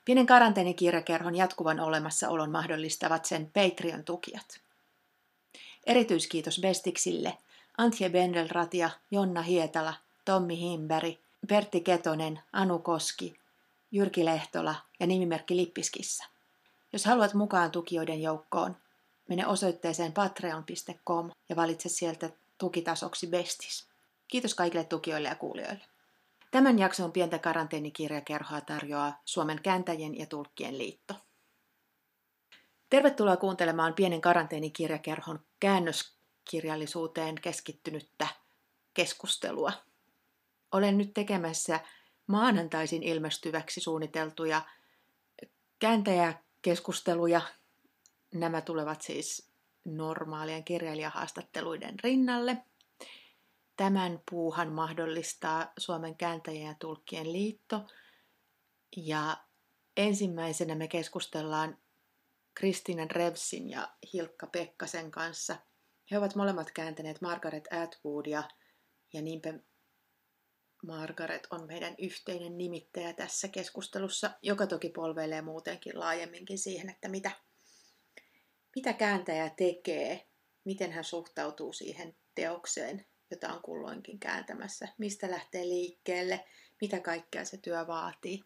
Pienen karanteenikirjakerhon jatkuvan olemassaolon mahdollistavat sen Patreon-tukijat. Erityiskiitos Bestiksille, Antje Bendelratia, Jonna Hietala, Tommi Himberg, Pertti Ketonen, Anu Koski, Jyrki Lehtola ja nimimerkki Lippiskissa. Jos haluat mukaan tukijoiden joukkoon, mene osoitteeseen patreon.com ja valitse sieltä tukitasoksi Bestis. Kiitos kaikille tukijoille ja kuulijoille. Tämän jakson pientä karanteenikirjakerhoa tarjoaa Suomen kääntäjien ja tulkkien liitto. Tervetuloa kuuntelemaan pienen karanteenikirjakerhon käännöskirjallisuuteen keskittynyttä keskustelua. Olen nyt tekemässä maanantaisin ilmestyväksi suunniteltuja kääntäjäkeskusteluja. Nämä tulevat siis normaalien kirjailijahaastatteluiden rinnalle. Tämän puuhan mahdollistaa Suomen kääntäjien ja tulkkien liitto. Ja ensimmäisenä me keskustellaan Christina Revsin ja Hilkka Pekkasen kanssa. He ovat molemmat kääntäneet Margaret Atwoodia ja niinpä Margaret on meidän yhteinen nimittäjä tässä keskustelussa, joka toki polveilee muutenkin laajemminkin siihen, että mitä kääntäjä tekee, miten hän suhtautuu siihen teokseen, jota on kulloinkin kääntämässä, mistä lähtee liikkeelle, mitä kaikkea se työ vaatii.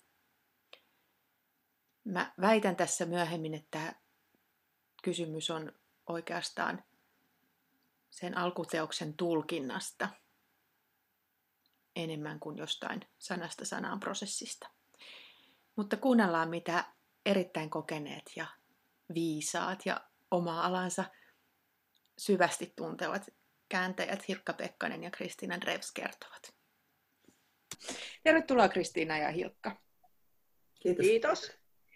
Mä väitän tässä myöhemmin, että kysymys on oikeastaan sen alkuteoksen tulkinnasta enemmän kuin jostain sanasta sanaan prosessista. Mutta kuunnellaan, mitä erittäin kokeneet ja viisaat ja omaa alansa syvästi tuntevat kääntäjät Hilkka Pekkanen ja Christina Revs kertovat. Tervetuloa Christina ja Hilkka. Kiitos. Kiitos.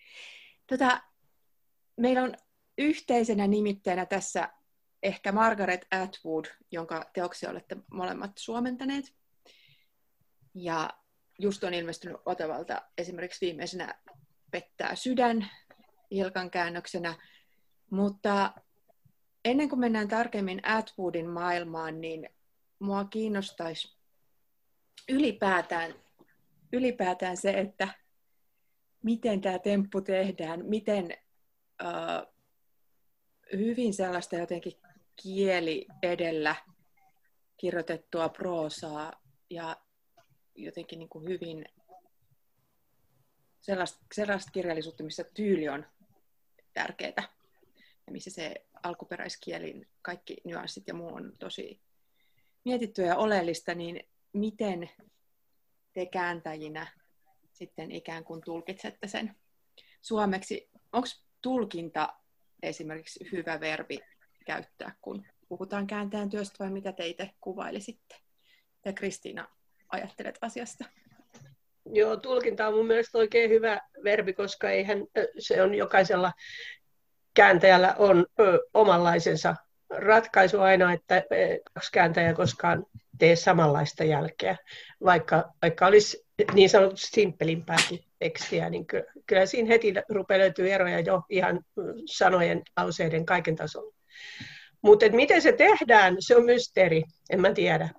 Meillä on yhteisenä nimittäjänä tässä ehkä Margaret Atwood, jonka teoksia olette molemmat suomentaneet. Ja just on ilmestynyt Otavalta esimerkiksi viimeisenä Pettää sydän Hilkan käännöksenä. Mutta ennen kuin mennään tarkemmin Atwoodin maailmaan, niin mua kiinnostaisi ylipäätään se, että miten tämä temppu tehdään, miten hyvin sellaista jotenkin kieli edellä kirjoitettua proosaa ja jotenkin niin kuin hyvin sellaista kirjallisuutta, missä tyyli on tärkeää ja missä se alkuperäiskielin kaikki nyanssit ja muu on tosi mietittyä ja oleellista, niin miten te kääntäjinä sitten ikään kuin tulkitsette sen suomeksi? Onko tulkinta esimerkiksi hyvä verbi käyttää, kun puhutaan kääntäjän työstä, vai mitä te itse kuvailisitte? Ja Kristiina, ajattelet asiasta? Joo, tulkinta on mun mielestä oikein hyvä verbi, koska eihän se on jokaisella kääntäjällä on omanlaisensa ratkaisu aina, että kaksi kääntäjää koskaan tee samanlaista jälkeä, vaikka olisi niin sanotusti simppelimpääkin tekstiä, niin kyllä siinä heti rupeaa löytyy eroja jo ihan sanojen, lauseiden, kaiken tasolla. Mutta miten se tehdään, se on mysteeri, en mä tiedä.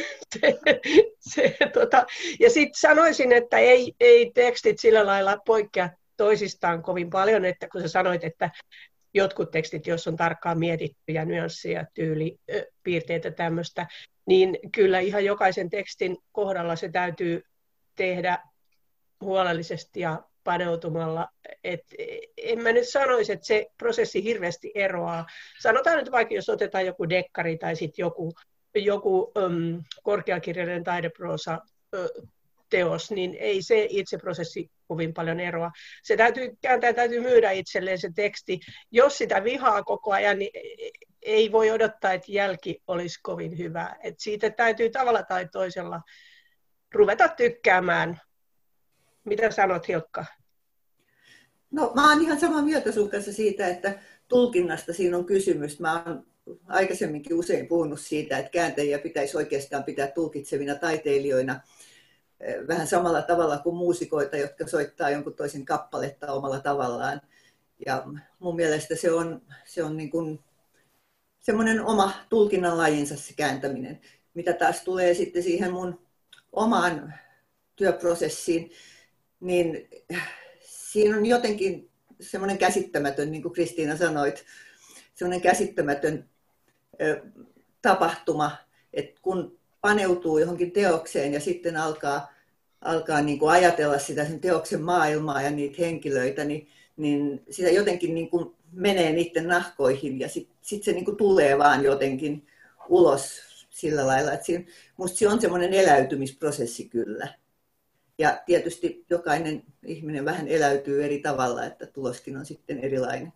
Ja sitten sanoisin, että ei tekstit sillä lailla poikkea toisistaan kovin paljon, että kun sä sanoit, että jotkut tekstit, jos on tarkkaan mietitty ja nyansseja, tyylipiirteitä tämmöistä, niin kyllä ihan jokaisen tekstin kohdalla se täytyy tehdä huolellisesti ja paneutumalla. En mä nyt sanoisi, että se prosessi hirveästi eroaa. Sanotaan nyt vaikka, jos otetaan joku dekkari tai sitten joku korkeakirjallinen taideproosa teos, niin ei se itse prosessi kovin paljon eroa. Se täytyy myydä itselleen se teksti. Jos sitä vihaa koko ajan, niin ei voi odottaa, että jälki olisi kovin hyvä. Et siitä täytyy tavalla tai toisella ruveta tykkäämään. Mitä sanot, Hilkka? No, mä oon ihan samaa mieltä sun kanssa siitä, että tulkinnasta siinä on kysymys. Mä oon aikaisemminkin usein puhunut siitä, että kääntäjiä pitäisi oikeastaan pitää tulkitsevina taiteilijoina vähän samalla tavalla kuin muusikoita, jotka soittaa jonkun toisen kappaletta omalla tavallaan. Ja mun mielestä se on niin kuin semmoinen oma tulkinnan lajinsa se kääntäminen. Mitä taas tulee sitten siihen mun omaan työprosessiin, niin siinä on jotenkin semmoinen käsittämätön, niin kuin Kristiina sanoit, semmoinen käsittämätön tapahtuma, että kun paneutuu johonkin teokseen ja sitten alkaa niin kuin ajatella sitä sen teoksen maailmaa ja niitä henkilöitä, niin sitä jotenkin niin kuin menee niiden nahkoihin ja sitten se niin kuin tulee vaan jotenkin ulos sillä lailla, että musta se on semmoinen eläytymisprosessi kyllä. Ja tietysti jokainen ihminen vähän eläytyy eri tavalla, että tuloskin on sitten erilainen.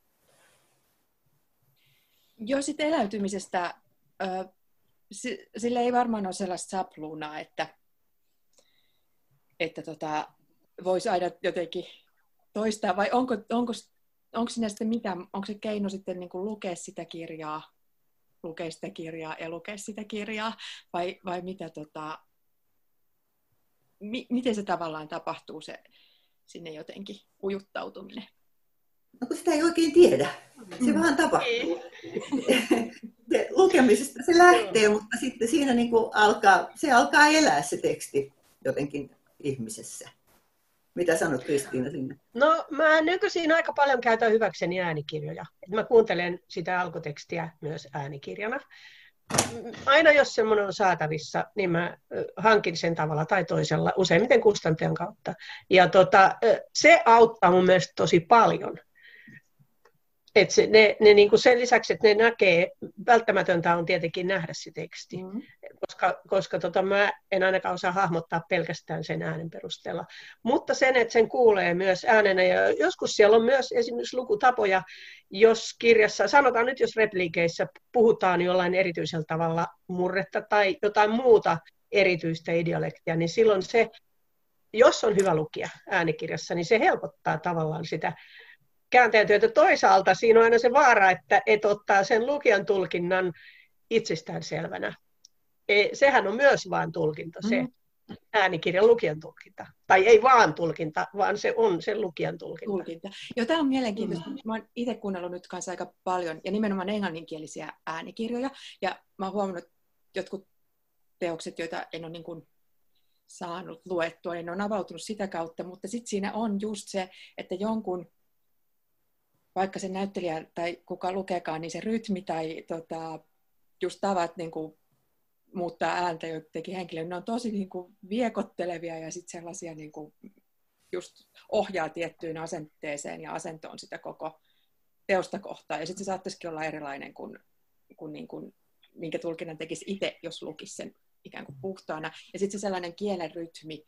Joo, sitten eläytymisestä, sillä ei varmaan ole sellaista sapluunaa, että voisi aina jotenkin toistaa, vai onko siinä sitten mitään, onko se keino sitten niin kuin lukea sitä kirjaa ja lukea sitä kirjaa, vai mitä miten se tavallaan tapahtuu sinne jotenkin ujuttautuminen? No kun sitä ei oikein tiedä. Se vaan tapahtuu. Lukemisesta se lähtee, mutta sitten siinä niin kuin alkaa elää se teksti jotenkin ihmisessä. Mitä sanot Kristiina sinne? No mä nykyisin aika paljon käytän hyväkseni äänikirjoja. Mä kuuntelen sitä alkutekstiä myös äänikirjana. Aina jos semmoinen on saatavissa, niin mä hankin sen tavalla tai toisella, useimmiten kustantajan kautta. Ja se auttaa mun mielestä tosi paljon. Että ne niin kuin sen lisäksi, että ne näkee, välttämätöntä on tietenkin nähdä se teksti, koska mä en ainakaan osaa hahmottaa pelkästään sen äänen perusteella. Mutta sen, että sen kuulee myös äänenä, ja joskus siellä on myös esimerkiksi lukutapoja, jos kirjassa, sanotaan nyt jos repliikeissä puhutaan jollain erityisellä tavalla murretta tai jotain muuta erityistä idiolektia, niin silloin se, jos on hyvä lukija äänikirjassa, niin se helpottaa tavallaan sitä kääntäjän työtä. Toisaalta siinä on aina se vaara, että et ottaa sen lukijan tulkinnan itsestäänselvänä. Sehän on myös vain tulkinta, se äänikirjan lukijan tulkinta. Tai ei vaan tulkinta, vaan se on sen lukijan tulkinta. Joo, tämä on mielenkiintoista. Mä oon itse kuunnellut nyt kanssa aika paljon, ja nimenomaan englanninkielisiä äänikirjoja. Ja mä oon huomannut, että jotkut teokset, joita en ole niin kuin saanut luettua, niin ne on avautunut sitä kautta. Mutta sitten siinä on just se, että jonkun, vaikka se näyttelijä tai kuka lukeekaan, niin se rytmi tai just tavat niin kuin muuttaa ääntä jotenkin henkilöön, ne on tosi niin kuin viekottelevia ja sitten sellaisia niin kuin just ohjaa tiettyyn asenteeseen ja asentoon sitä koko teosta kohtaan. Ja sitten se saattaisikin olla erilainen kuin minkä tulkinnan tekisi itse, jos lukisi sen ikään kuin puhtaana. Ja sitten se sellainen kielen rytmi,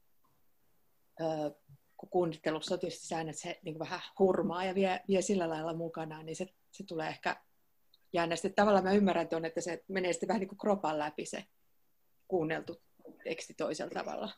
kun kuunnittelussa on tietysti säännöt, se niin vähän hurmaa ja vie sillä lailla mukanaan, niin se tulee ehkä jännästi. Tavallaan mä ymmärrän tuon, että se menee sitten vähän niin kuin kropan läpi se kuunneltu teksti toisella tavalla.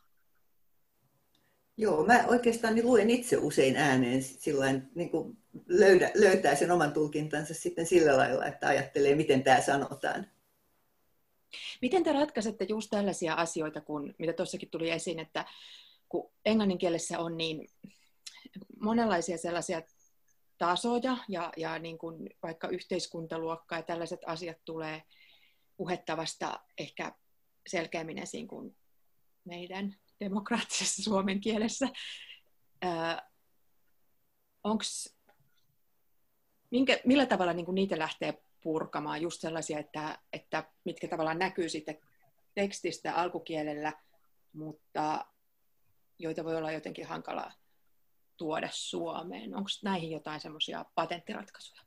Joo, mä oikeastaan niin luen itse usein ääneen sillain, niin kuin löytää sen oman tulkintansa sitten sillä lailla, että ajattelee, miten tämä sanotaan. Miten te ratkaisette just tällaisia asioita, mitä tuossakin tuli esiin, että kun englanninkielessä on niin monenlaisia sellaisia tasoja ja niin kuin vaikka yhteiskuntaluokka ja tällaiset asiat tulee puhettavasta ehkä selkeämmin esiin kuin meidän demokraattisessa suomen kielessä. Millä tavalla niin kuin niitä lähtee purkamaan just sellaisia, että mitkä tavallaan näkyy sitten tekstistä alkukielellä, mutta joita voi olla jotenkin hankalaa tuoda Suomeen. Onko näihin jotain semmoisia patenttiratkaisuja?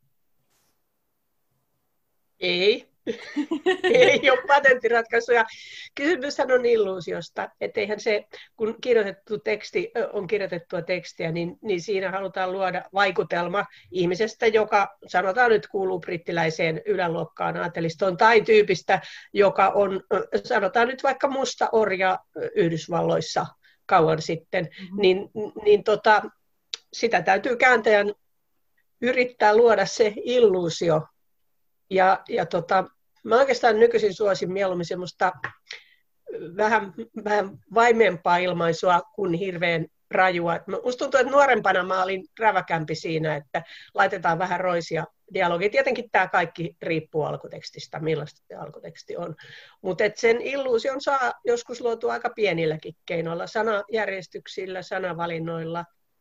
Ei. Ei ole patenttiratkaisuja. Kysymyshän on illuusiosta. Että eihän se, kun on kirjoitettua tekstiä, niin siinä halutaan luoda vaikutelma ihmisestä, joka sanotaan nyt kuuluu brittiläiseen yläluokkaan aatelistoon, tai tyypistä, joka on, sanotaan nyt vaikka musta orja Yhdysvalloissa kauan sitten, niin sitä täytyy kääntäjän yrittää luoda se illuusio. Ja mä oikeastaan nykyisin suosin mieluummin semmoista vähän vaimempaa ilmaisua kuin hirveän rajua. Musta tuntuu, että nuorempana mä olin räväkämpi siinä, että laitetaan vähän roisia dialogia. Tietenkin tämä kaikki riippuu alkutekstistä, millaista se alkuteksti on. Mutta sen illuusion saa joskus luotua aika pienilläkin keinoilla, sanajärjestyksillä, sanavalinnoilla,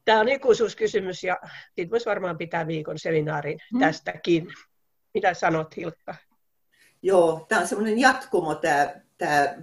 Tämä on ikuisuuskysymys ja siitä voisi varmaan pitää viikon seminaarin tästäkin. Mitä sanot, Hilkka? Joo, tämä on semmoinen jatkumo, tämä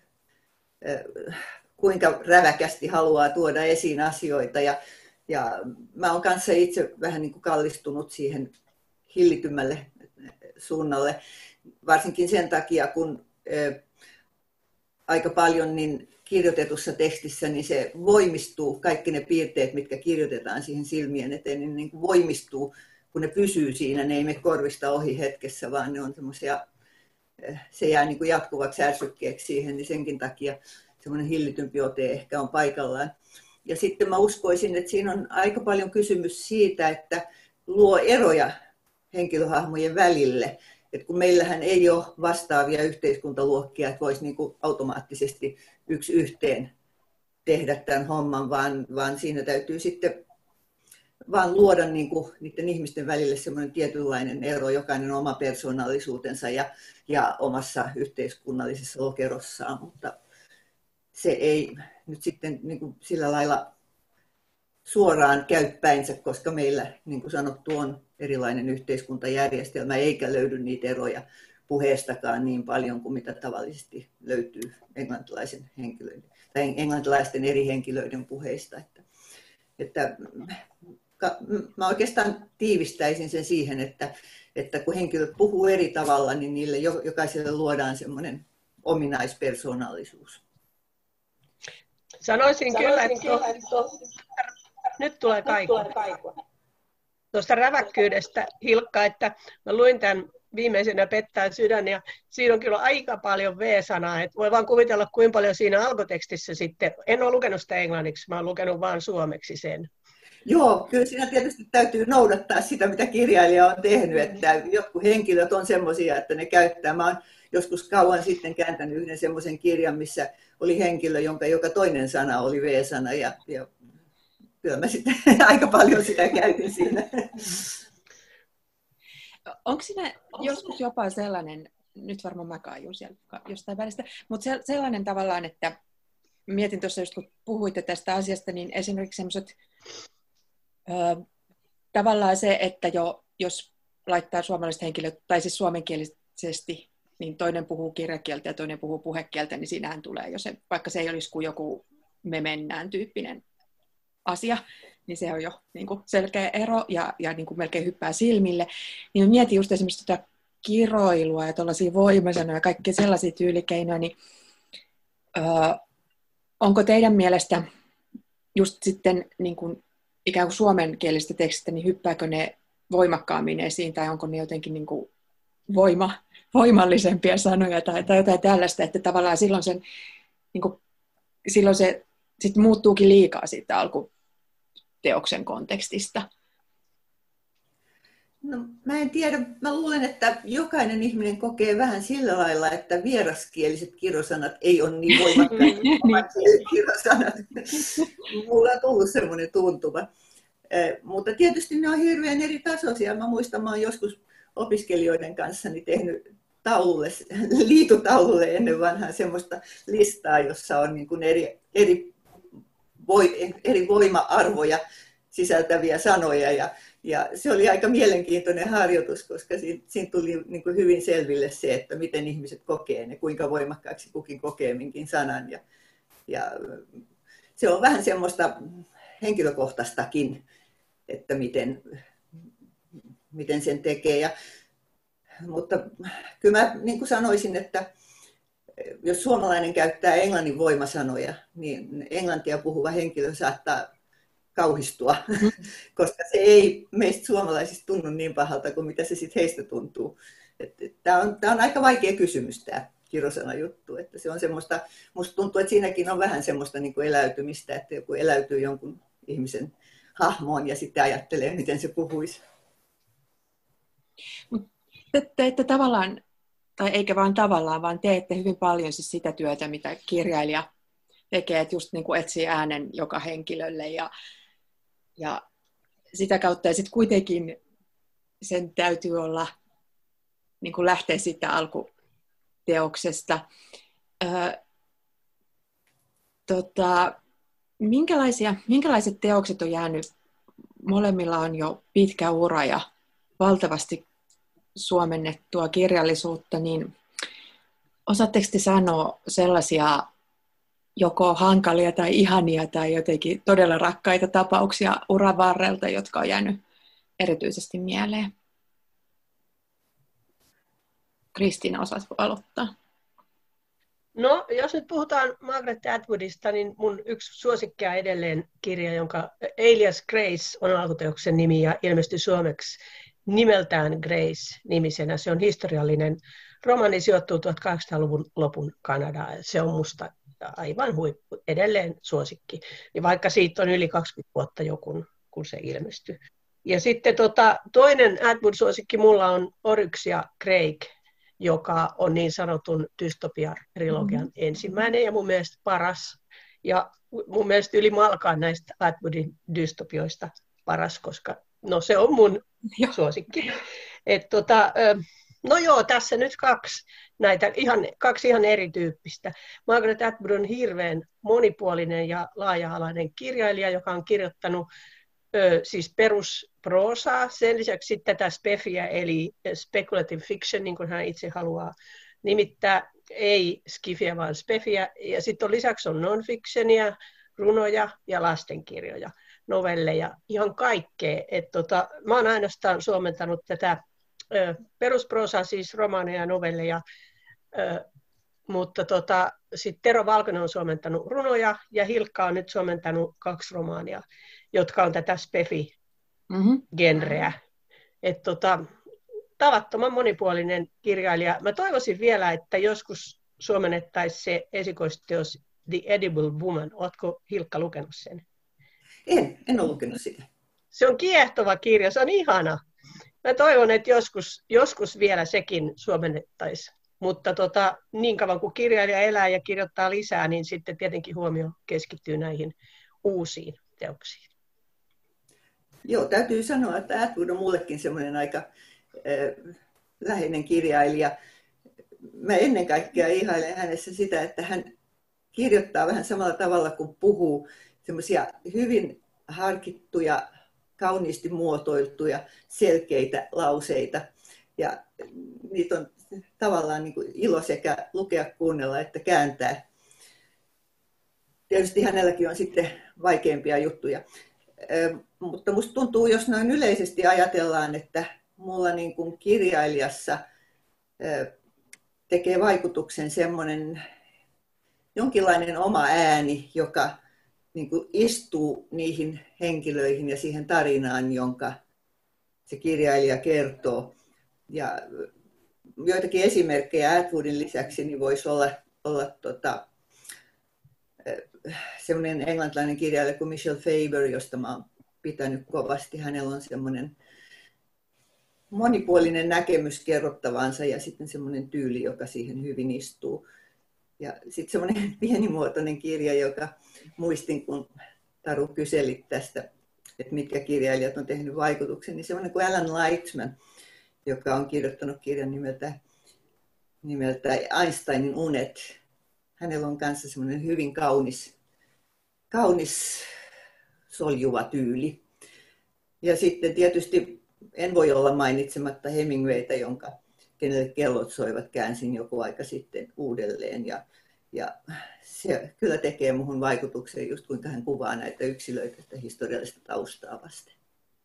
kuinka räväkästi haluaa tuoda esiin asioita. Ja mä olen kanssa itse vähän niin kuin kallistunut siihen hillitymmälle suunnalle, varsinkin sen takia, kun aika paljon niin kirjoitetussa tekstissä niin se voimistuu, kaikki ne piirteet, mitkä kirjoitetaan siihen silmien eteen, niin kuin voimistuu, kun ne pysyy siinä, ne ei mene korvista ohi hetkessä, vaan ne on semmoisia, se jää niin kuin jatkuvaksi ärsykkeeksi siihen, niin senkin takia semmoinen hillitympi ote ehkä on paikallaan. Ja sitten mä uskoisin, että siinä on aika paljon kysymys siitä, että luo eroja henkilöhahmojen välille. Että kun meillähän ei ole vastaavia yhteiskuntaluokkia, että voisi niin kuin automaattisesti yksi yhteen tehdä tämän homman, vaan siinä täytyy sitten vaan luoda niin kuin niiden ihmisten välille semmoinen tietynlainen ero, jokainen oma persoonallisuutensa ja omassa yhteiskunnallisessa lokerossaan, mutta se ei nyt sitten niin kuin sillä lailla suoraan käy päinsä, koska meillä, niin kuin sanottu, on erilainen yhteiskuntajärjestelmä, eikä löydy niitä eroja puheestakaan niin paljon kuin mitä tavallisesti löytyy englantilaisten eri henkilöiden puheista. Mä oikeastaan tiivistäisin sen siihen, että kun henkilöt puhuu eri tavalla, niin niille jokaiselle luodaan semmoinen ominaispersoonallisuus. Sanoisin kyllä, että nyt tulee kaikua. Tuosta räväkkyydestä, Hilkka, että mä luin tämän viimeisenä Pettää sydän, ja siinä on kyllä aika paljon V-sanaa, että voi vaan kuvitella, kuinka paljon siinä alkutekstissä sitten, en ole lukenut sitä englanniksi, mä oon lukenut vaan suomeksi sen. Joo, kyllä siinä tietysti täytyy noudattaa sitä, mitä kirjailija on tehnyt, että jotkut henkilöt on semmoisia, että ne käyttää. Mä oon joskus kauan sitten kääntänyt yhden semmoisen kirjan, missä oli henkilö, jonka joka toinen sana oli V-sana, ja kyllä mä sitten aika paljon sitä käytin siinä. Onko siinä joskus jopa sellainen, nyt varmaan mä kaijun sieltä jostain välistä, mutta sellainen tavallaan, että mietin tuossa just kun puhuitte tästä asiasta, niin esimerkiksi sellaiset tavallaan se, että jos laittaa suomalaiset henkilöt, tai siis suomenkielisesti, niin toinen puhuu kirjakieltä ja toinen puhuu puhekieltä, niin siinähän tulee jo se, vaikka se ei olisi kuin joku me mennään -tyyppinen asia, niin se on jo niin kuin selkeä ero ja niin kuin melkein hyppää silmille. Niin mietin just esimerkiksi tuota kiroilua ja tuollaisia voimasanoja ja kaikkia sellaisia tyylikeinoja, niin onko teidän mielestä just sitten niin kuin ikään kuin suomenkielistä tekstistä, niin hyppääkö ne voimakkaammin esiin tai onko ne jotenkin niin kuin voimallisempia sanoja tai jotain tällaista, että tavallaan silloin se sitten muuttuukin liikaa siitä alkuteoksen kontekstista. No, mä en tiedä. Mä luulen, että jokainen ihminen kokee vähän sillä lailla, että vieraskieliset kirjosanat ei ole niin voimakkaita kuin kirjosanat. Mulla on tullut semmoinen tuntuma. Mutta tietysti ne on hirveän eri tasoisia. Mä muistan, mä oon joskus opiskelijoiden kanssa tehnyt liitutaululle ennen vanhaa semmoista listaa, jossa on niin kuin eri voima-arvoja sisältäviä sanoja. Ja se oli aika mielenkiintoinen harjoitus, koska siinä tuli niin kuin hyvin selville se, että miten ihmiset kokee ne, kuinka voimakkaaksi kukin kokee minkin sanan. Ja se on vähän semmoista henkilökohtaistakin, että miten sen tekee. Mutta kyllä mä niin kuin sanoisin, että jos suomalainen käyttää englannin voimasanoja, niin englantia puhuva henkilö saattaa kauhistua, koska se ei meistä suomalaisista tunnu niin pahalta kuin mitä se sitten heistä tuntuu. Tämä on aika vaikea kysymys tämä kirosana-juttu. Että se on semmoista, musta tuntuu, että siinäkin on vähän semmoista niin kuin eläytymistä, että joku eläytyy jonkun ihmisen hahmoon ja sitten ajattelee, miten se puhuisi. Te teette tavallaan, tai eikä vaan tavallaan, vaan teette hyvin paljon siis sitä työtä, mitä kirjailija tekee, että just niin kuin etsii äänen joka henkilölle ja sitä kautta ja sitten kuitenkin sen täytyy olla niin kuin lähteä siitä alkuteoksesta. Minkälaiset teokset on jäänyt? Molemmilla on jo pitkä ura ja valtavasti suomennettua kirjallisuutta, niin osaatteko te sanoa sellaisia joko hankalia tai ihania tai jotenkin todella rakkaita tapauksia uran varrelta, jotka on jäänyt erityisesti mieleen? Kristiina, osaatko aloittaa? No, jos nyt puhutaan Margaret Atwoodista, niin mun yksi suosikkia edelleen kirja, jonka Alias Grace on alkuteoksen nimi ja ilmestyi suomeksi nimeltään Grace-nimisenä. Se on historiallinen romaani, sijoittuu 1800-luvun lopun Kanadaan. Se on musta aivan huippu, edelleen suosikki. Ja vaikka siitä on yli 20 vuotta jo, kun se ilmestyi. Ja sitten toinen Atwood-suosikki mulla on Oryx ja Craig, joka on niin sanotun dystopia-trilogian ensimmäinen ja mun mielestä paras. Ja mun mielestä yli malkaan näistä Atwoodin dystopioista paras, koska no se on mun suosikki. No joo, tässä nyt kaksi ihan erityyppistä. Margaret Atwood on hirveän monipuolinen ja laaja-alainen kirjailija, joka on kirjoittanut siis perusproosaa, sen lisäksi sitten tätä spefiä, eli speculative fiction, niin kuin hän itse haluaa nimittää, ei skifiä, vaan spefiä, ja sitten lisäksi on non-fictionia, runoja ja lastenkirjoja, novelleja, ihan kaikkea. Mä oon ainoastaan suomentanut tätä perusproosaa, siis romaaneja ja novelleja, mutta sitten Tero Valkonen on suomentanut runoja, ja Hilkka on nyt suomentanut 2 romaania, jotka on tätä spefi-genreä. Tavattoman monipuolinen kirjailija. Mä toivoisin vielä, että joskus suomennettaisiin se esikoisteos The Edible Woman. Ootko, Hilkka, lukenut sen? En ole lukenut sitä. Se on kiehtova kirja, se on ihana. Mä toivon, että joskus vielä sekin suomennettaisiin. Mutta niin kauan kuin kirjailija elää ja kirjoittaa lisää, niin sitten tietenkin huomio keskittyy näihin uusiin teoksiin. Joo, täytyy sanoa, että Atwood on mullekin semmoinen aika läheinen kirjailija. Mä ennen kaikkea ihailen hänessä sitä, että hän kirjoittaa vähän samalla tavalla kuin puhuu, semmoisia hyvin harkittuja, kauniisti muotoiltuja, selkeitä lauseita. Ja niitä on tavallaan niin kuin ilo sekä lukea, kuunnella että kääntää. Tietysti hänelläkin on sitten vaikeampia juttuja. Mutta musta tuntuu, jos noin yleisesti ajatellaan, että mulla niin kuin kirjailijassa tekee vaikutuksen semmoinen jonkinlainen oma ääni, joka niin kuin istuu niihin henkilöihin ja siihen tarinaan, jonka se kirjailija kertoo. Ja joitakin esimerkkejä Atwoodin lisäksi niin voisi olla semmoinen englantilainen kirjailija kuin Michelle Faber, josta mä oon pitänyt kovasti. Hänellä on semmoinen monipuolinen näkemys kerrottavansa ja sitten semmoinen tyyli, joka siihen hyvin istuu. Ja sitten semmoinen pienimuotoinen kirja, joka muistin, kun Taru kyseli tästä, että mitkä kirjailijat on tehnyt vaikutuksen, niin semmoinen kuin Alan Lightman, joka on kirjoittanut kirjan nimeltä Einsteinin unet. Hänellä on kanssa semmoinen hyvin kaunis soljuva tyyli. Ja sitten tietysti en voi olla mainitsematta Hemingwaytä, kenelle kellot soivat, käänsin joku aika sitten uudelleen. Ja se kyllä tekee muhun vaikutuksen, just kuinka hän kuvaa näitä yksilöitä sitä historiallista taustaa vasten.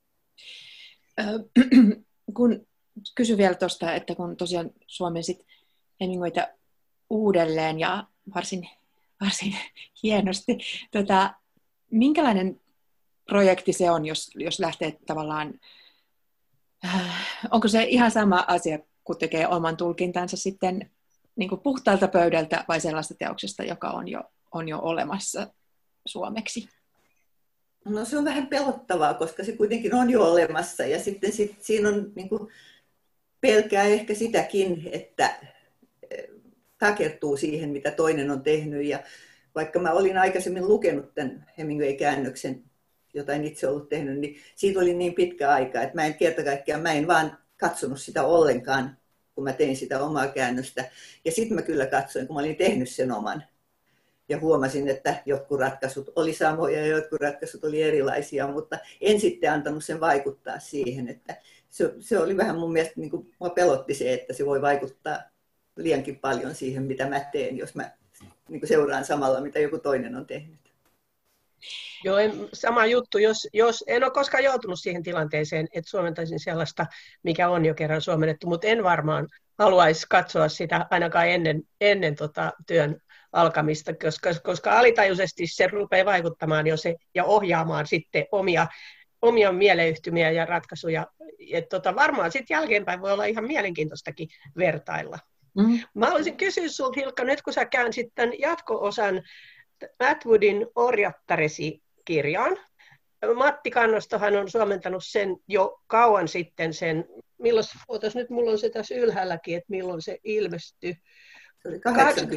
Kun kysyn vielä tuosta, että kun tosiaan suomensit Hemingwaytä uudelleen ja varsin hienosti, minkälainen projekti se on, jos lähtee tavallaan, onko se ihan sama asia, kun tekee oman tulkintansa sitten niin kuin puhtaalta pöydältä vai sellaista teoksesta, joka on jo olemassa suomeksi? No se on vähän pelottavaa, koska se kuitenkin on jo olemassa ja sitten siinä on niin kuin pelkää ehkä sitäkin, että takertuu siihen, mitä toinen on tehnyt. Ja vaikka mä olin aikaisemmin lukenut tämän Hemingway-käännöksen, jota en itse ollut tehnyt, niin siitä oli niin pitkä aika, että mä en vaan katsonut sitä ollenkaan, kun mä tein sitä omaa käännöstä. Ja sitten mä kyllä katsoin, kun mä olin tehnyt sen oman. ja huomasin, että jotkut ratkaisut oli samoja ja jotkut ratkaisut oli erilaisia, mutta en sitten antanut sen vaikuttaa siihen, että se oli vähän mun mielestä, niin kuin mua pelotti se, että se voi vaikuttaa liiankin paljon siihen, mitä mä teen, jos mä niin kuin seuraan samalla, mitä joku toinen on tehnyt. Joo, sama juttu, jos en ole koskaan joutunut siihen tilanteeseen, että suomentaisin sellaista, mikä on jo kerran suomennettu, mutta en varmaan haluaisi katsoa sitä ainakaan ennen työn alkamista, koska alitajuisesti se rupeaa vaikuttamaan jo se, ja ohjaamaan sitten omia mieleyhtymiä ja ratkaisuja. Varmaan sitten jälkeenpäin voi olla ihan mielenkiintoistakin vertailla. Mä haluaisin kysyä sinulta, Hilkka, nyt kun sä käänsit tämän jatko-osan Atwoodin Orjattaresi-kirjaan. Matti Kannostohan on suomentanut sen jo kauan sitten. Nyt mulla on se tässä ylhäälläkin, että milloin se ilmestyi. Se oli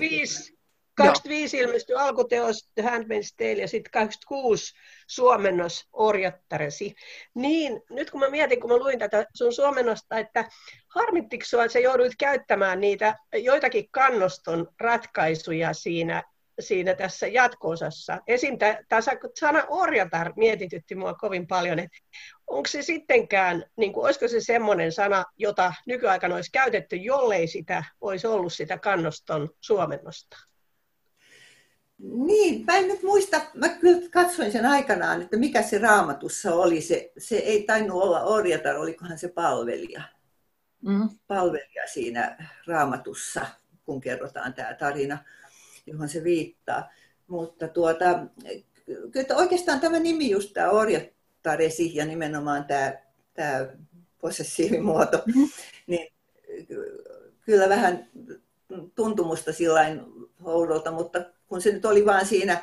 85 ilmestyi alkuteos The Handmaid's Tale ja sitten 86 suomennos Orjattaresi. Niin, nyt kun mä mietin, kun mä luin tätä sun suomennosta, että harmittiko sua, että sä jouduit käyttämään niitä joitakin Kannoston ratkaisuja siinä tässä jatko-osassa. Esim. Tämä sana orjatar mietitytti mua kovin paljon, että onko se sittenkään, niin kuin, olisiko se semmoinen sana, jota nykyaikana olisi käytetty, jollei sitä olisi ollut sitä Kannoston suomennosta? Niin, mä en nyt muista, mä kyllä katsoin sen aikanaan, että mikä se Raamatussa oli. Se ei tainnut olla orjatar, olikohan se palvelija. Palvelija siinä Raamatussa, kun kerrotaan tämä tarina, johon se viittaa. Mutta kyllä oikeastaan tämä nimi, just tämä orjattaresi ja nimenomaan tämä possessiivimuoto, niin kyllä vähän tuntumusta sillain oudolta, mutta kun se nyt oli vaan siinä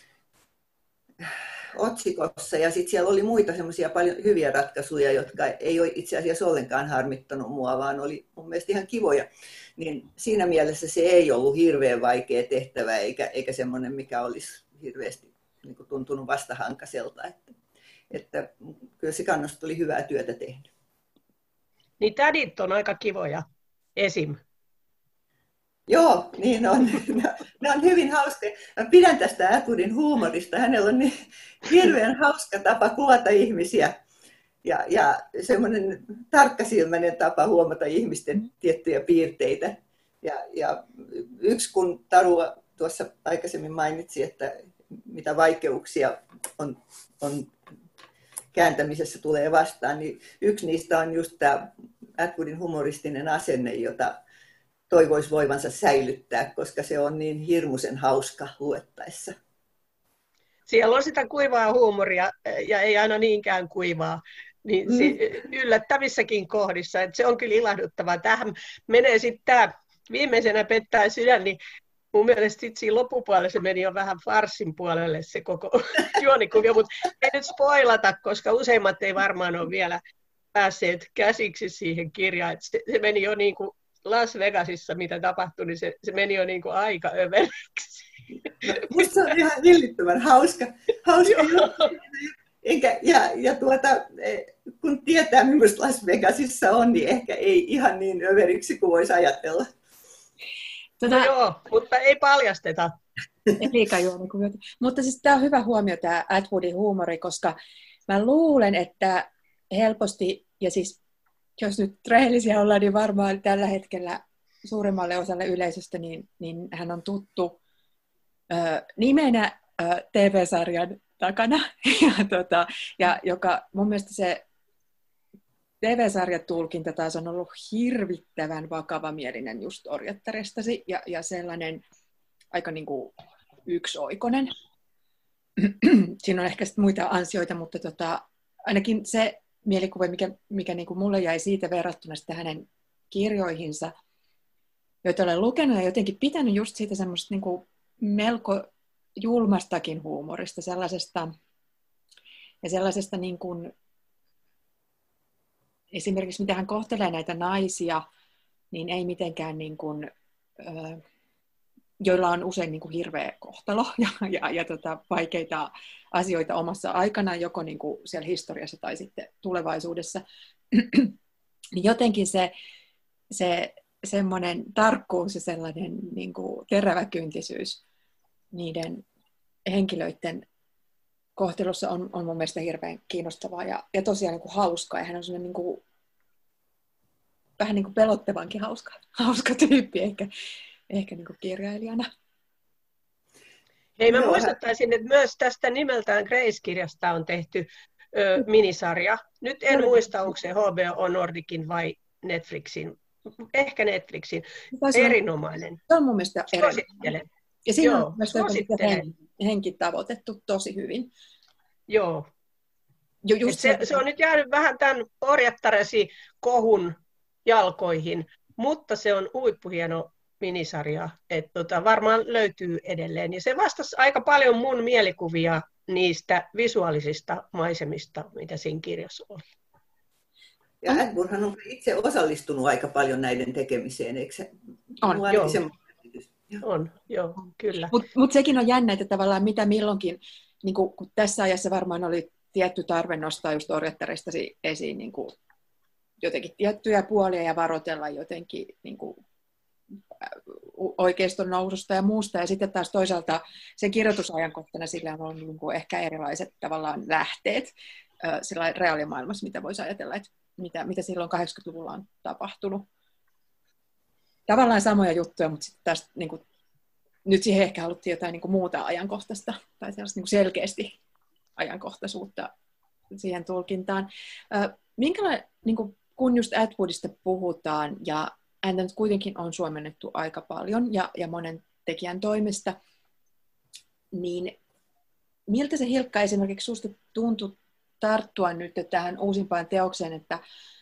otsikossa ja sitten siellä oli muita semmoisia paljon hyviä ratkaisuja, jotka ei ole itse asiassa ollenkaan harmittanut mua, vaan oli mun mielestä ihan kivoja. Niin siinä mielessä se ei ollut hirveän vaikea tehtävä eikä semmoinen, mikä olisi hirveästi niin kuin tuntunut vastahankaiselta. Että kyllä se Kannosto oli hyvää työtä tehnyt. Niin tädit on aika kivoja, esim. Joo, niin on. Ne on hyvin hauskoja. Mä pidän tästä Atwoodin huumorista. Hänellä on niin hirveän hauska tapa kuvata ihmisiä ja semmoinen tarkkasilmäinen tapa huomata ihmisten tiettyjä piirteitä. Ja yksi, kun Taru tuossa aikaisemmin mainitsi, että mitä vaikeuksia on kääntämisessä tulee vastaan, niin yksi niistä on just tämä Atwoodin humoristinen asenne, jota toivoisi voivansa säilyttää, koska se on niin hirmuisen hauska luettaessa. Siellä on sitä kuivaa huumoria ja ei aina niinkään kuivaa niin yllättävissäkin kohdissa. Että se on kyllä ilahduttavaa. Tähän menee sitten tämä viimeisenä pettää sydän, niin mun mielestä sitten siinä loppupuolella se meni jo vähän farssin puolelle se koko juonikuvio, mutta ei nyt spoilata, koska useimmat ei varmaan ole vielä päässeet käsiksi siihen kirjaan. Se meni jo niin kuin Las Vegasissa, mitä tapahtui, niin se meni jo niin kuin aika överiksi. No, musta se on ihan hillittömän hauska juttu. Kun tietää, millaista Las Vegasissa on, niin ehkä ei ihan niin överiksi kuin voisi ajatella. Joo, mutta ei paljasteta. Mutta siis tämä on hyvä huomio, tämä Atwoodin huumori, koska mä luulen, että helposti, ja siis jos nyt rehellisiä ollaan, niin varmaan tällä hetkellä suurimmalle osalle yleisöstä, niin hän on tuttu nimenä TV-sarjan takana. Ja joka mun mielestä se TV-sarjatulkinta taas on ollut hirvittävän vakavamielinen just Orjattarestasi ja sellainen aika niin kuin yksioikoinen. Siinä on ehkä muita ansioita, mutta ainakin se mielikuva, mikä niin kuin mulle jäi siitä verrattuna sitä hänen kirjoihinsa, joita olen lukenut ja jotenkin pitänyt just siitä semmoista niin kuin melko julmastakin huumorista, sellaisesta niin kuin, esimerkiksi miten hän kohtelee näitä naisia, niin ei mitenkään niin kuin, joilla on usein niin kuin hirveä kohtalo ja vaikeita asioita omassa aikanaan, joko niin kuin siellä historiassa tai sitten tulevaisuudessa. Jotenkin se semmoinen tarkkuus ja sellainen niin kuin teräväkyntisyys niiden henkilöiden kohtelussa on mun mielestä hirveän kiinnostavaa ja tosiaan niin kuin hauskaa. Ja hän on sellainen niin kuin, vähän niin kuin pelottavankin hauska tyyppi ehkä niin kuin kirjailijana. Hei, mä muistuttaisin, että myös tästä nimeltään Grace-kirjasta on tehty minisarja. Nyt en muista, onko se HBO Nordicin vai Netflixin. Ehkä Netflixin. Erinomainen. Se on mun mielestä erinomainen. Ja siinä on myös henki tavoitettu tosi hyvin. Joo. Se on nyt jäänyt vähän tämän orjattaresi kohun jalkoihin, mutta se on huippuhieno minisarja, että varmaan löytyy edelleen. Ja se vastasi aika paljon mun mielikuvia niistä visuaalisista maisemista, mitä siinä kirjassa oli. Ja Atwoodhan on itse osallistunut aika paljon näiden tekemiseen, eikö se? Joo, kyllä. Mutta sekin on jännä, että tavallaan mitä milloinkin, niin kun tässä ajassa varmaan oli tietty tarve nostaa just orjattarista esiin niin jotenkin tiettyjä puolia ja varoitella jotenkin niin oikeiston noususta ja muusta. Ja sitten taas toisaalta sen kirjoitusajankohtana sillä on ollut niin ehkä erilaiset tavallaan lähteet sillä reaalimaailmassa, mitä voisi ajatella, että mitä silloin 80-luvulla on tapahtunut. Tavallaan samoja juttuja, mutta sitten taas niin kuin, nyt siihen ehkä haluttiin jotain niin kuin muuta ajankohtaista tai sellaista niin kuin selkeästi ajankohtaisuutta siihen tulkintaan. Minkälainen, niin kuin, kun just Atwoodista puhutaan, ja häntä nyt kuitenkin on suomennettu aika paljon ja monen tekijän toimesta, niin miltä se, Hilkka, esimerkiksi susta tuntui tarttua nyt tähän uusimpaan teokseen, että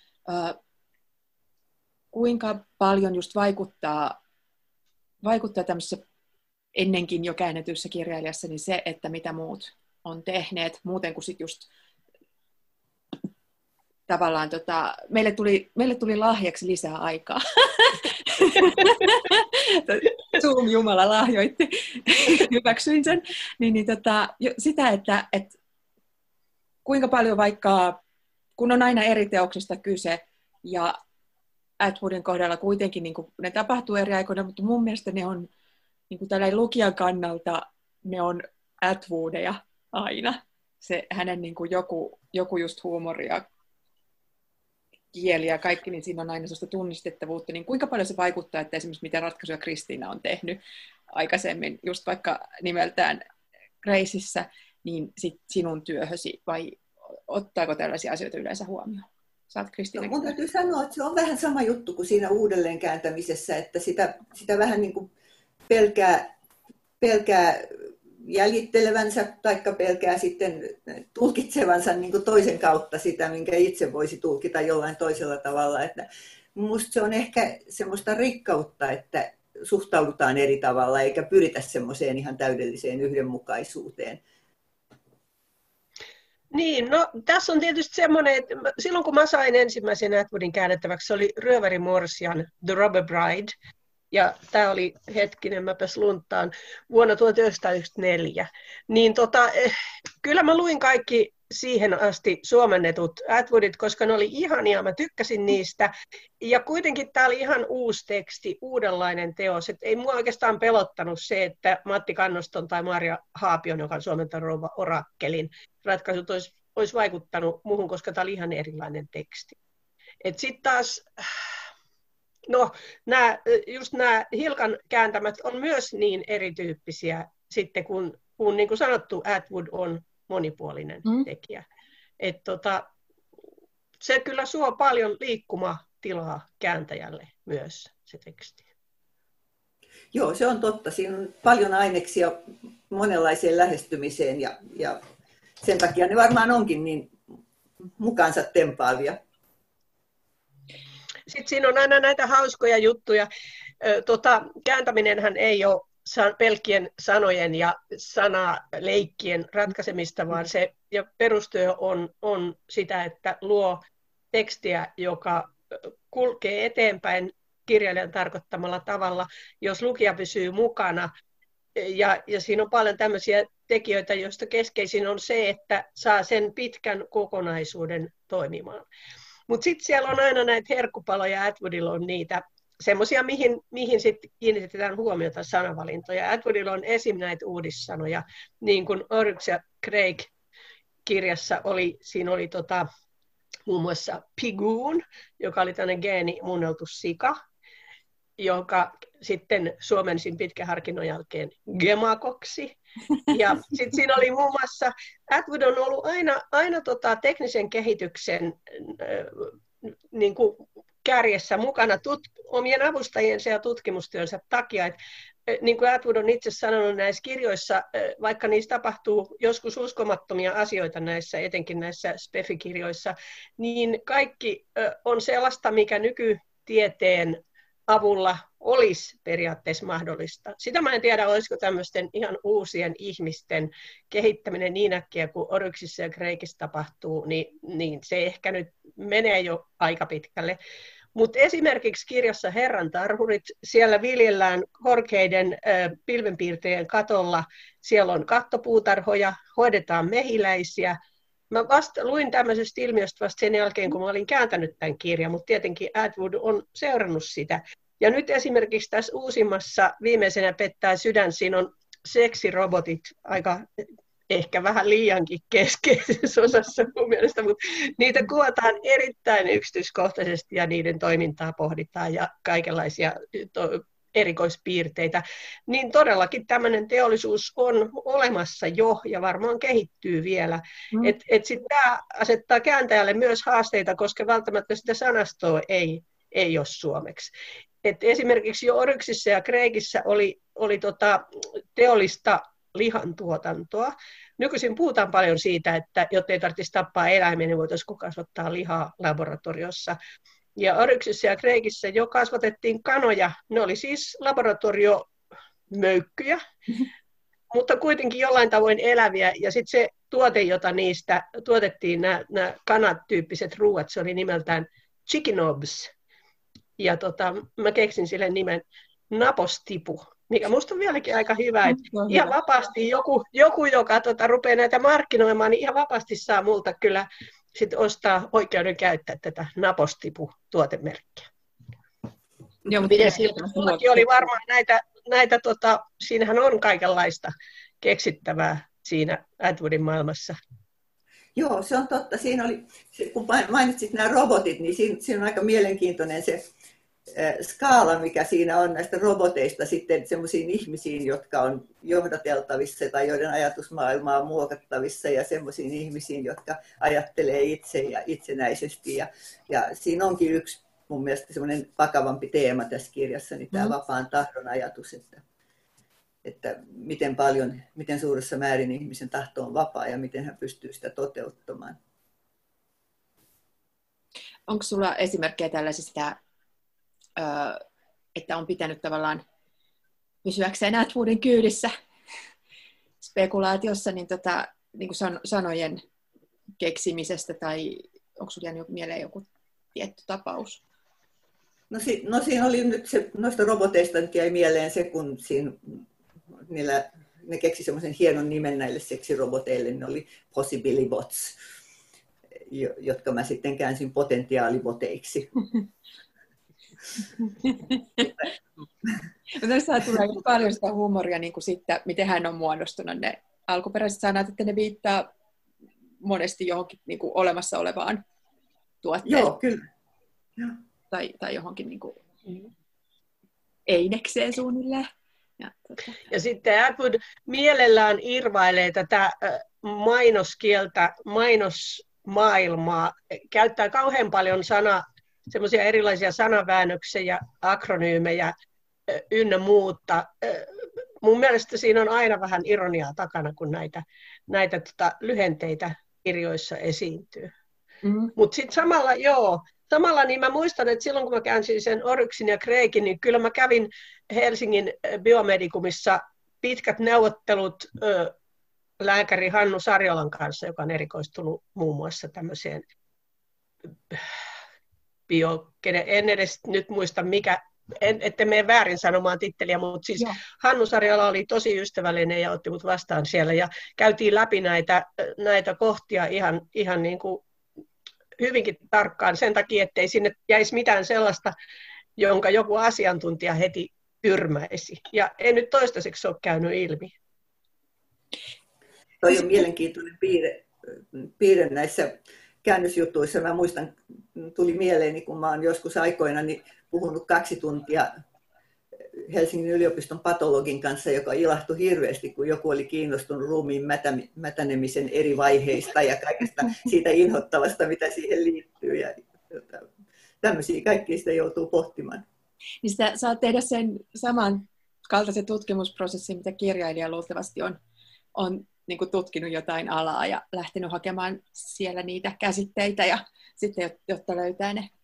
kuinka paljon just vaikuttaa tämmöisessä ennenkin jo käännetyssä kirjailijassa niin se, että mitä muut on tehneet, muuten kuin sitten just tavallaan meille tuli lahjaksi lisää aikaa. Zoom Jumala lahjoitti, hyväksyin sen. Sitä, että kuinka paljon vaikka, kun on aina eri teoksista kyse, ja Atwoodin kohdalla kuitenkin niin kuin, ne tapahtuu eri aikoina, mutta mun mielestä ne on niin kuin tällainen lukijan kannalta, ne on Atwoodeja aina. Se hänen niin kuin joku just huumori ja kieli ja kaikki, niin siinä on aina sellaista tunnistettavuutta. Niin kuinka paljon se vaikuttaa, että esimerkiksi mitä ratkaisuja Kristiina on tehnyt aikaisemmin, just vaikka nimeltään Graceissa, niin sit sinun työhösi, vai ottaako tällaisia asioita yleensä huomioon? Saat, Kristiina? Mun täytyy sanoa, että se on vähän sama juttu kuin siinä uudelleenkääntämisessä, että sitä vähän niin kuin pelkää jäljittelevänsä tai pelkää sitten tulkitsevansa niin kuin toisen kautta sitä, minkä itse voisi tulkita jollain toisella tavalla. Että musta se on ehkä semmoista rikkautta, että suhtaudutaan eri tavalla eikä pyritä semmoiseen ihan täydelliseen yhdenmukaisuuteen. Niin, no tässä on tietysti semmoinen, että silloin kun mä sain ensimmäisen Atwoodin käännettäväksi, se oli Ryöväri Morsian The Robber Bride, ja tämä oli, hetkinen, mäpäs lunttaan, vuonna 1994, niin kyllä mä luin kaikki siihen asti suomennetut Atwoodit, koska ne oli ihania, mä tykkäsin niistä, ja kuitenkin tämä oli ihan uusi teksti, uudenlainen teos, että ei mua oikeastaan pelottanut se, että Matti Kannoston tai Marja Haapion, joka on suomentanut Rouva Orakkelin, ratkaisut olisi vaikuttanut muuhun, koska tämä oli ihan erilainen teksti. Sitten taas, no, just nämä Hilkan kääntämät on myös niin erityyppisiä, sitten kun niin kuin sanottu, Atwood on monipuolinen tekijä. Se kyllä suo paljon liikkumatilaa kääntäjälle myös, se teksti. Joo, se on totta. Siinä on paljon aineksia monenlaiseen lähestymiseen ja sen takia ne varmaan onkin niin mukaansa tempaavia. Sitten siinä on aina näitä hauskoja juttuja. Kääntäminenhän ei ole pelkkien sanojen ja sanaleikkien ratkaisemista, vaan se ja perustyö on sitä, että luo tekstiä, joka kulkee eteenpäin kirjailijan tarkoittamalla tavalla, jos lukija pysyy mukana. Ja siinä on paljon tämmöisiä tekijöitä, joista keskeisin on se, että saa sen pitkän kokonaisuuden toimimaan. Mutta sitten siellä on aina näitä herkkupaloja, Atwoodilla on niitä semmoisia, mihin sitten kiinnitetään huomiota sanavalintoja. Atwoodilla on esim. Näitä uudissanoja, niin kuin Oryx ja Craig kirjassa siinä oli muun muassa pigoon, joka oli tämmöinen geenimuunneltu sika, joka sitten suomensin pitkän harkinnon jälkeen gemakoksi. Ja sitten siinä oli muun muassa, Atwood on ollut aina teknisen kehityksen niin kuin kärjessä mukana omien avustajiensa ja tutkimustyönsä takia. Niin kuin Atwood on itse sanonut näissä kirjoissa, vaikka niissä tapahtuu joskus uskomattomia asioita näissä, etenkin näissä SPEFI-kirjoissa, niin kaikki on sellaista, mikä nykytieteen avulla olisi periaatteessa mahdollista. Sitä mä en tiedä, olisiko tämmöisten ihan uusien ihmisten kehittäminen niin äkkiä, kun Oryxissa ja Craigissa tapahtuu, niin se ehkä nyt menee jo aika pitkälle. Mutta esimerkiksi kirjassa Herran tarhurit, siellä viljellään korkeiden pilvenpiirteiden katolla, siellä on kattopuutarhoja, hoidetaan mehiläisiä. Mä luin tämmöisestä ilmiöstä vasta sen jälkeen, kun mä olin kääntänyt tämän kirjan, mutta tietenkin Atwood on seurannut sitä. Ja nyt esimerkiksi tässä uusimmassa viimeisenä pettää sydän, siinä on seksirobotit aika ehkä vähän liiankin keskeisessä osassa mun mielestä, mutta niitä kuvataan erittäin yksityiskohtaisesti ja niiden toimintaa pohditaan ja kaikenlaisia erikoispiirteitä. Niin todellakin tämmöinen teollisuus on olemassa jo ja varmaan kehittyy vielä. Sitten tämä asettaa kääntäjälle myös haasteita, koska välttämättä sitä sanastoa ei ole suomeksi. Esimerkiksi jo Oryxissa ja Craigissä oli teollista lihantuotantoa. Nykyisin puhutaan paljon siitä, että jotta ei tarvitsisi tappaa eläimiä, niin voitaisiin kasvattaa lihaa laboratoriossa. Ja Oryxissa ja Craigissä jo kasvatettiin kanoja. Ne oli siis laboratoriomöykkyjä, mutta kuitenkin jollain tavoin eläviä. Ja sitten se tuote, jota niistä tuotettiin, nämä kanat-tyyppiset ruuat, se oli nimeltään chicken-obs. Ja mä keksin sille nimen napostipu, mikä musta on vieläkin aika hyvä. Että ihan vapaasti joku joka rupeaa näitä markkinoimaan, niin ihan vapaasti saa multa kyllä sit ostaa oikeuden käyttää tätä napostipu-tuotemerkkiä. Joo, mutta Mullakin oli varmaan näitä siinähän on kaikenlaista keksittävää siinä Atwoodin maailmassa. Joo, se on totta. Siinä oli, kun mainitsit nämä robotit, niin siinä on aika mielenkiintoinen se skaala, mikä siinä on näistä roboteista sitten semmoisiin ihmisiin, jotka on johdateltavissa tai joiden ajatusmaailma on muokattavissa ja semmoisiin ihmisiin, jotka ajattelee itse ja itsenäisesti. Ja siinä onkin yksi mun mielestä semmoinen vakavampi teema tässä kirjassa, niin tämä vapaan tahdon ajatus, että miten suuressa määrin ihmisen tahto on vapaa ja miten hän pystyy sitä toteuttamaan. Onko sulla esimerkkejä tällaisista, että on pitänyt tavallaan pysyäkseen Atwoodin kyydissä spekulaatiossa niin kuin sanojen keksimisestä, tai onko sinulla jäänyt mieleen joku tietty tapaus? No siinä oli nyt noista roboteista nyt jäi mieleen se, kun ne keksi semmoisen hienon nimen näille seksiroboteille, ne oli possibilibots, jotka mä sitten käänsin potentiaaliboteiksi. Tässä tulee paljon sitä huumoria, niin kuin sitten, miten hän on muodostunut ne alkuperäiset sanat, että ne viittaa monesti johonkin niin kuin olemassa olevaan tuotteeseen. Joo, kyllä. Tai johonkin niin kuin einekseen suunnilleen. Ja sitten Atwood mielellään irvailee tätä mainoskieltä, mainosmaailmaa, käyttää kauhean paljon semmoisia erilaisia sanaväännöksiä, akronyymejä ynnä muuta. Mun mielestä siinä on aina vähän ironiaa takana, kun näitä lyhenteitä kirjoissa esiintyy. Mutta sitten samalla niin mä muistan, että silloin kun mä käänsin sen Oryxin ja Craigin, niin kyllä mä kävin Helsingin Biomedicumissa pitkät neuvottelut lääkäri Hannu Sarjolan kanssa, joka on erikoistunut muun muassa tämmöiseen en edes nyt muista ette mene väärin sanomaan titteliä, mutta siis Hannu Sarjola oli tosi ystävällinen ja otti mut vastaan siellä ja käytiin läpi näitä kohtia ihan niin kuin hyvinkin tarkkaan sen takia, ettei sinne jäisi mitään sellaista, jonka joku asiantuntija heti tyrmäisi. Ja ei nyt toistaiseksi ole käynyt ilmi. Toi on mielenkiintoinen piirre näissä käännösjutuissa. Mä muistan, tuli mieleeni, kun mä oon joskus aikoinani puhunut 2 tuntia Helsingin yliopiston patologin kanssa, joka ilahtui hirveästi, kun joku oli kiinnostunut ruumiin mätänemisen eri vaiheista ja kaikesta siitä inhottavasta, mitä siihen liittyy. Ja tämmöisiä kaikkia sitä joutuu pohtimaan. Niin sitä saa tehdä sen saman kaltaisen tutkimusprosessin, mitä kirjailija luultavasti on niin kuin tutkinut jotain alaa ja lähtenyt hakemaan siellä niitä käsitteitä ja sitten, jotta löytää ne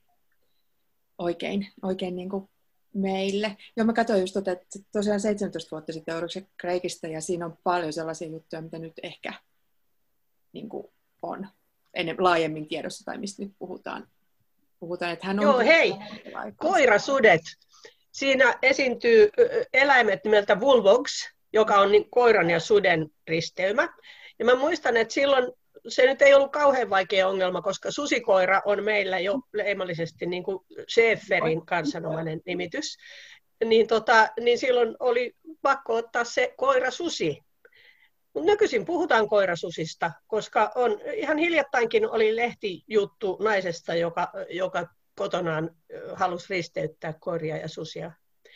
oikein niin kuin meille. Joo, mä katsoin just, että tosiaan 17 vuotta sitten Ulrich Kreikistä ja siinä on paljon sellaisia juttuja, mitä nyt ehkä niin kuin on laajemmin tiedossa tai mistä nyt puhutaan, että hän on... Joo, hei, koirasudet. Siinä esiintyy eläimet nimeltä Vulvogs, joka on niin koiran ja suden risteymä. Ja mä muistan, että silloin se nyt ei ollut kauhean vaikea ongelma, koska susikoira on meillä jo leimallisesti niin kuin Schäferin kansanomainen nimitys. Niin silloin oli pakko ottaa se koirasusi. Mutta nykyisin puhutaan koirasusista, koska ihan hiljattainkin oli lehtijuttu naisesta, joka kotonaan halusi risteyttää koiria ja susia.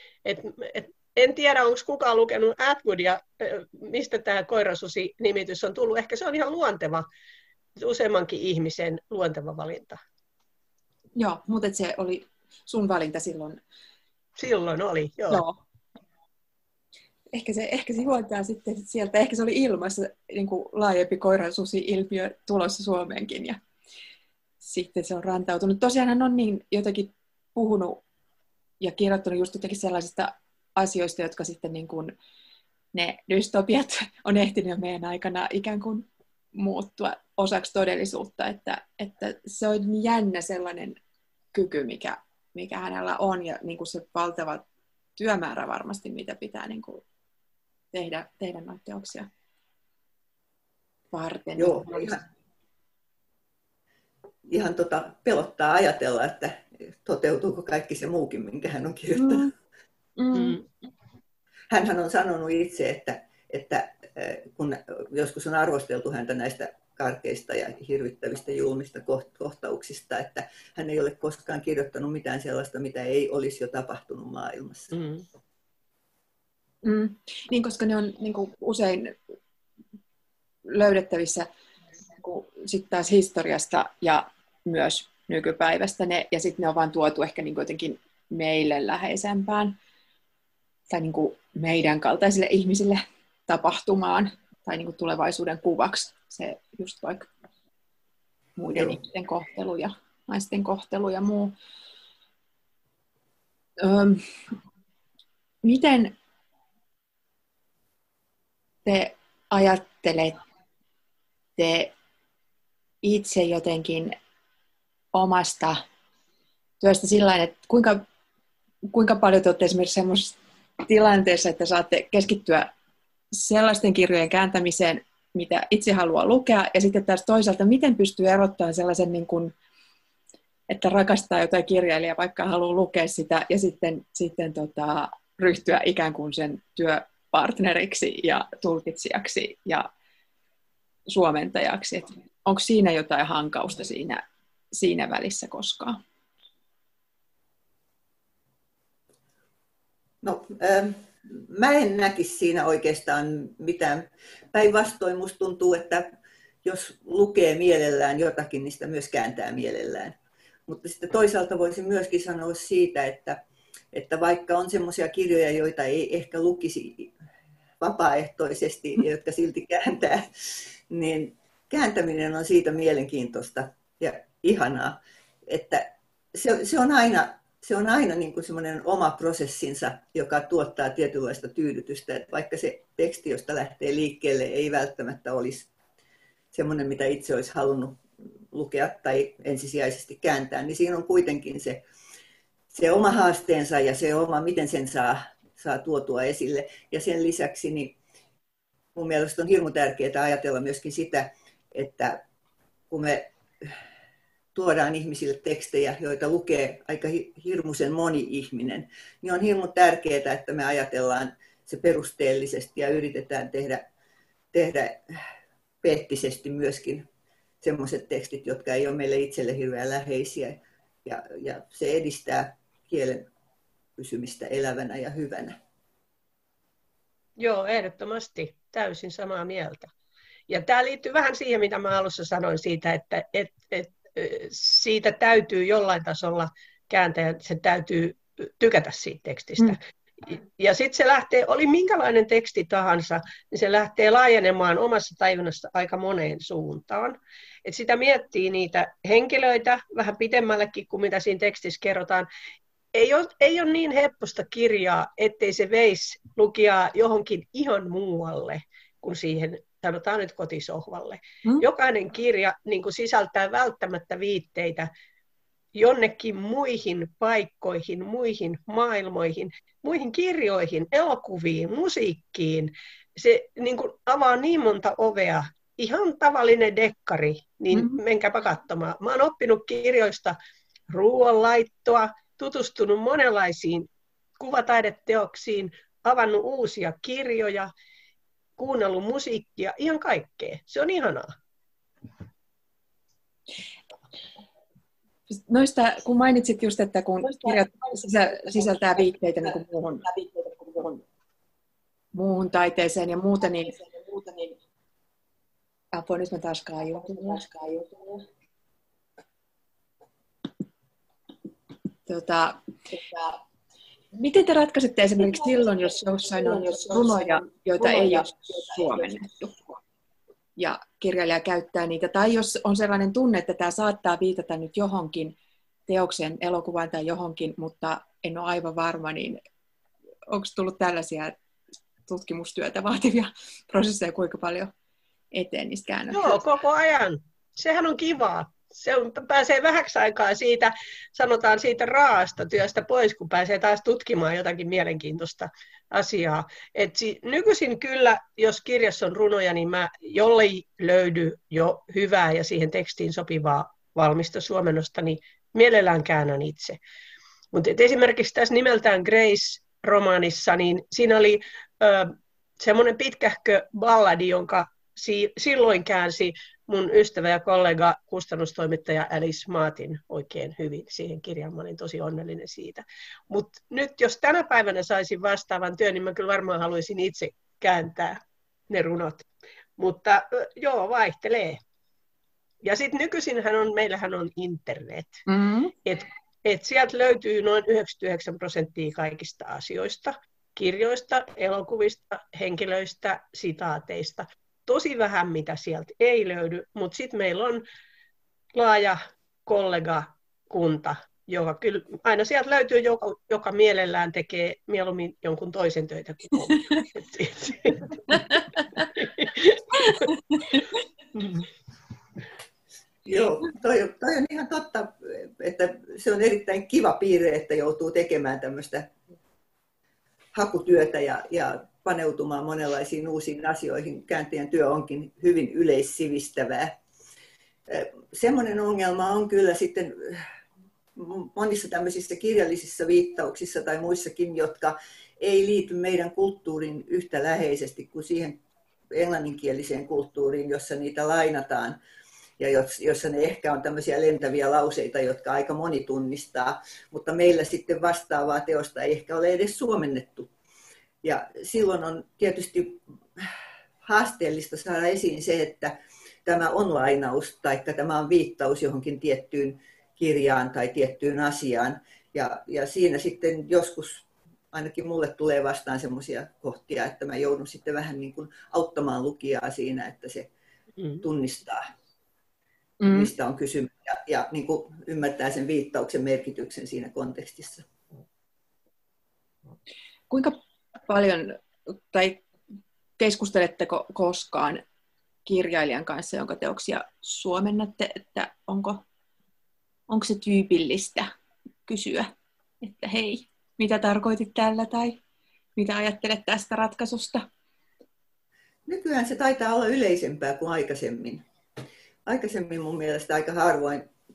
En tiedä, onko kukaan lukenut Atwoodia, mistä tämä koirasusi-nimitys on tullut. Ehkä se on ihan luonteva, useammankin ihmisen luonteva valinta. Joo, mutta se oli sun valinta silloin. Silloin oli, joo. Joo. Ehkä se juontaa sitten sieltä. Ehkä se oli ilmassa niin kuin laajempi koirasusi-ilmiö tulossa Suomeenkin. Ja sitten se on rantautunut. Tosiaan hän on niin jotenkin puhunut ja kirjoittanut just jotenkin sellaisista asioista, jotka sitten niin kuin ne dystopiat on ehtinyt meidän aikana ikään kuin muuttua osaksi todellisuutta, että se on jännä sellainen kyky, mikä hänellä on ja niin kuin se valtava työmäärä varmasti, mitä pitää niin kuin tehdä noita teoksia varten. Joo, ihan pelottaa ajatella, että toteutuuko kaikki se muukin, minkä hän on kirjoittanut. Hänhän on sanonut itse, että kun joskus on arvosteltu häntä näistä karkeista ja hirvittävistä julmista kohtauksista, että hän ei ole koskaan kirjoittanut mitään sellaista, mitä ei olisi jo tapahtunut maailmassa. Niin, koska ne on niin kuin usein löydettävissä niin sit taas historiasta ja myös nykypäivästä ja sitten ne on vaan tuotu ehkä niin jotenkin meille läheisempään tai niin kuin meidän kaltaisille ihmisille tapahtumaan tai niin kuin tulevaisuuden kuvaksi se just vaikka muiden ihmisten kohtelu ja naisten kohtelu ja muu. Miten te ajattelette itse jotenkin omasta työstä sillain, että kuinka paljon te olette esimerkiksi semmoisessa tilanteessa, että saatte keskittyä sellaisten kirjojen kääntämiseen, mitä itse haluaa lukea, ja sitten taas toisaalta, miten pystyy erottamaan sellaisen, niin kuin, että rakastaa jotain kirjailijaa, vaikka haluaa lukea sitä, ja sitten ryhtyä ikään kuin sen työpartneriksi ja tulkitsijaksi ja suomentajaksi. Et onko siinä jotain hankausta siinä välissä koskaan? No, mä en näkisi siinä oikeastaan mitään. Päinvastoin musta tuntuu, että jos lukee mielellään jotakin, niin sitä myös kääntää mielellään. Mutta sitten toisaalta voisin myöskin sanoa siitä, että vaikka on semmoisia kirjoja, joita ei ehkä lukisi vapaaehtoisesti, jotka silti kääntää, niin kääntäminen on siitä mielenkiintoista ja ihanaa, että se on aina niin kuin semmoinen oma prosessinsa, joka tuottaa tietynlaista tyydytystä, että vaikka se teksti, josta lähtee liikkeelle, ei välttämättä olisi semmoinen, mitä itse olisi halunnut lukea tai ensisijaisesti kääntää, niin siinä on kuitenkin se oma haasteensa ja se oma, miten sen saa tuotua esille. Ja sen lisäksi niin mun mielestä on hirmu tärkeää ajatella myöskin sitä, että kun me tuodaan ihmisille tekstejä, joita lukee aika hirmuisen moni ihminen, niin on hirmu tärkeää, että me ajatellaan se perusteellisesti ja yritetään tehdä eettisesti myöskin sellaiset tekstit, jotka ei ole meille itselle hirveän läheisiä. Ja se edistää kielen pysymistä elävänä ja hyvänä. Joo, ehdottomasti. Täysin samaa mieltä. Ja tämä liittyy vähän siihen, mitä mä alussa sanoin siitä, että siitä täytyy jollain tasolla kääntäjän, se täytyy tykätä siitä tekstistä. Ja sitten se lähtee, oli minkälainen teksti tahansa, niin se lähtee laajenemaan omassa tajunnassa aika moneen suuntaan. Et sitä miettii niitä henkilöitä vähän pidemmällekin kuin mitä siinä tekstissä kerrotaan. Ei ole niin hepposta kirjaa, ettei se veisi lukijaa johonkin ihan muualle kuin siihen, sanotaan nyt kotisohvalle. Jokainen kirja niin kuin sisältää välttämättä viitteitä jonnekin muihin paikkoihin, muihin maailmoihin, muihin kirjoihin, elokuviin, musiikkiin. Se niin kuin avaa niin monta ovea. Ihan tavallinen dekkari, niin menkääpä katsomaan. Mä oon oppinut kirjoista ruoanlaittoa, tutustunut monenlaisiin kuvataideteoksiin, avannut uusia kirjoja, kuunnellut musiikkia, ihan kaikkea. Se on ihanaa. Noista, kun mainitsit just, että kun kirjat sisältää viitteitä niin kuin muuhun taiteeseen ja muuta, niin apua, nyt mä taas kaiutun. Miten te ratkaisette esimerkiksi silloin, jos jossain on runoja, joita ei ole suomennettu, ja kirjailija käyttää niitä, tai jos on sellainen tunne, että tämä saattaa viitata nyt johonkin teoksen, elokuvaan tai johonkin, mutta en ole aivan varma, niin onko tullut tällaisia tutkimustyötä vaativia prosesseja, kuinka paljon eteen niistä käännöksistä? Joo, koko ajan. Sehän on kivaa. Pääsee vähäksi aikaa siitä, sanotaan siitä raasta työstä pois, kun pääsee taas tutkimaan jotakin mielenkiintoista asiaa. Nykyisin kyllä, jos kirjassa on runoja, niin jollei löydy jo hyvää ja siihen tekstiin sopivaa valmista suomennosta, niin mielellään käännän itse. Mutta esimerkiksi tässä nimeltään Grace-romaanissa, niin siinä oli semmoinen pitkähkö balladi, jonka silloin käänsi mun ystävä ja kollega, kustannustoimittaja Alice Martin oikein hyvin siihen kirjaan. Mä olin tosi onnellinen siitä. Mutta nyt jos tänä päivänä saisin vastaavan työn, niin mä kyllä varmaan haluaisin itse kääntää ne runot. Mutta joo, vaihtelee. Ja sitten nykyisinhän meillähän on internet. Et sieltä löytyy noin 99% kaikista asioista. Kirjoista, elokuvista, henkilöistä, sitaateista. Tosi vähän, mitä sieltä ei löydy, mutta sitten meillä on laaja kollegakunta, joka kyllä aina sieltä löytyy, joka mielellään tekee mieluummin jonkun toisen töitä kuin Joo, toi on ihan totta, että se on erittäin kiva piirre, että joutuu tekemään tämmöistä hakutyötä ja paneutumaan monenlaisiin uusiin asioihin. Kääntäjän työ onkin hyvin yleissivistävää. Semmoinen ongelma on kyllä sitten monissa tämmöisissä kirjallisissa viittauksissa tai muissakin, jotka ei liity meidän kulttuuriin yhtä läheisesti kuin siihen englanninkieliseen kulttuuriin, jossa niitä lainataan. Ja jossa ne ehkä on tämmöisiä lentäviä lauseita, jotka aika moni tunnistaa, mutta meillä sitten vastaavaa teosta ei ehkä ole edes suomennettu. Ja silloin on tietysti haasteellista saada esiin se, että tämä on lainaus tai tämä on viittaus johonkin tiettyyn kirjaan tai tiettyyn asiaan. Ja siinä sitten joskus ainakin mulle tulee vastaan semmoisia kohtia, että mä joudun sitten vähän niin kuin auttamaan lukijaa siinä, että se tunnistaa, mistä on kysymys ja niin kuin ymmärtää sen viittauksen merkityksen siinä kontekstissa. Kuinka paljon tai keskusteletteko koskaan kirjailijan kanssa, jonka teoksia suomennatte, että onko se tyypillistä kysyä, että hei, mitä tarkoitit tällä tai mitä ajattelet tästä ratkaisusta? Nykyään se taitaa olla yleisempää kuin aikaisemmin. Aikaisemmin mun mielestä aika harvoin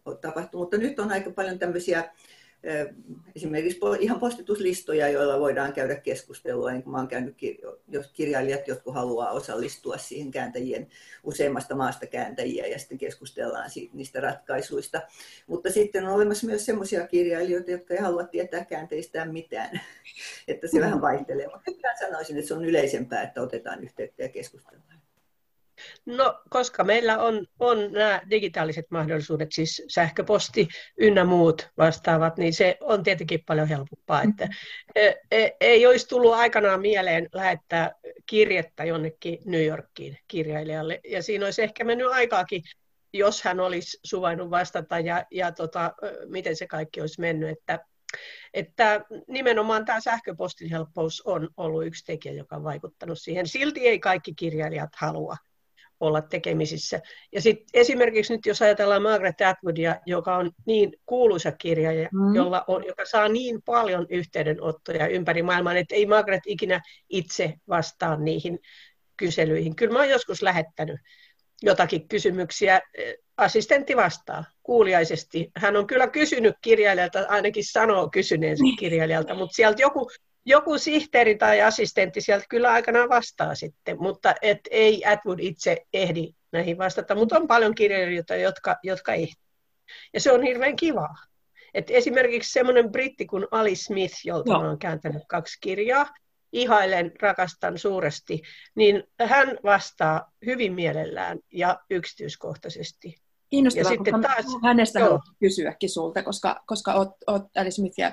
tapahtuu, mutta nyt on aika paljon tämmöisiä esimerkiksi ihan postituslistoja, joilla voidaan käydä keskustelua, niin kuin mä olen käynyt, jos kirjailijat, jotka haluaa osallistua siihen useammasta maasta kääntäjiä ja sitten keskustellaan niistä ratkaisuista. Mutta sitten on olemassa myös sellaisia kirjailijoita, jotka ei halua tietää käänteistään mitään, että se vähän vaihtelee. Mutta sanoisin, että se on yleisempää, että otetaan yhteyttä ja keskustellaan. No, koska meillä on nämä digitaaliset mahdollisuudet, siis sähköposti ynnä muut vastaavat, niin se on tietenkin paljon helpompaa. Että ei olisi tullut aikanaan mieleen lähettää kirjettä jonnekin New Yorkiin kirjailijalle. Ja siinä olisi ehkä mennyt aikaakin, jos hän olisi suvainnut vastata ja miten se kaikki olisi mennyt. Että nimenomaan tämä sähköpostin helppous on ollut yksi tekijä, joka on vaikuttanut siihen. Silti ei kaikki kirjailijat halua olla tekemisissä. Ja sitten esimerkiksi nyt, jos ajatellaan Margaret Atwoodia, joka on niin kuuluisa kirjaaja, joka saa niin paljon yhteydenottoja ympäri maailmaa, että ei Margaret ikinä itse vastaa niihin kyselyihin. Kyllä mä oon joskus lähettänyt jotakin kysymyksiä, assistentti vastaa kuuliaisesti. Hän on kyllä kysynyt kirjailijalta, ainakin sanoo kysyneensä kirjailijalta, mutta sieltä joku sihteeri tai assistentti sieltä kyllä aikanaan vastaa sitten, mutta ei Atwood itse ehdi näihin vastata, mutta on paljon kirjailijoita, jotka ehtii. Ja se on hirveän kivaa. Et esimerkiksi semmoinen britti kuin Alice Smith, jolta olen kääntänyt 2 kirjaa, ihailen, rakastan suuresti, niin hän vastaa hyvin mielellään ja yksityiskohtaisesti. Kiinnostavaa, koska taas, hänestä haluan kysyäkin sulta, koska olet Alice Smithia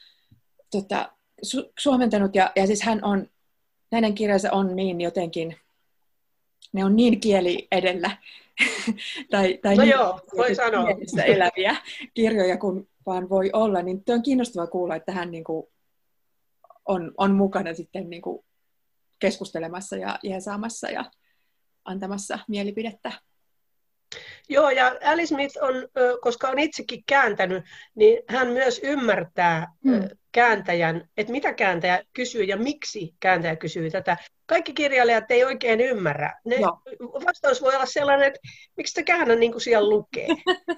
suomentanut, ja siis hän on, hänen kirjansa on niin jotenkin, ne on niin kieli edellä, tai no niin joo, voi sanoa. Eläviä kirjoja kuin vaan voi olla, niin on kiinnostavaa kuulla, että hän niin kuin on mukana sitten niin kuin keskustelemassa ja jeesaamassa ja antamassa mielipidettä. Joo, ja Alice Smith on, koska on itsekin kääntänyt, niin hän myös ymmärtää kääntäjän, että mitä kääntäjä kysyy ja miksi kääntäjä kysyy tätä. Kaikki kirjailijat ei oikein ymmärrä. Vastaus voi olla sellainen, että miksi te käännä niin kuin siellä lukee.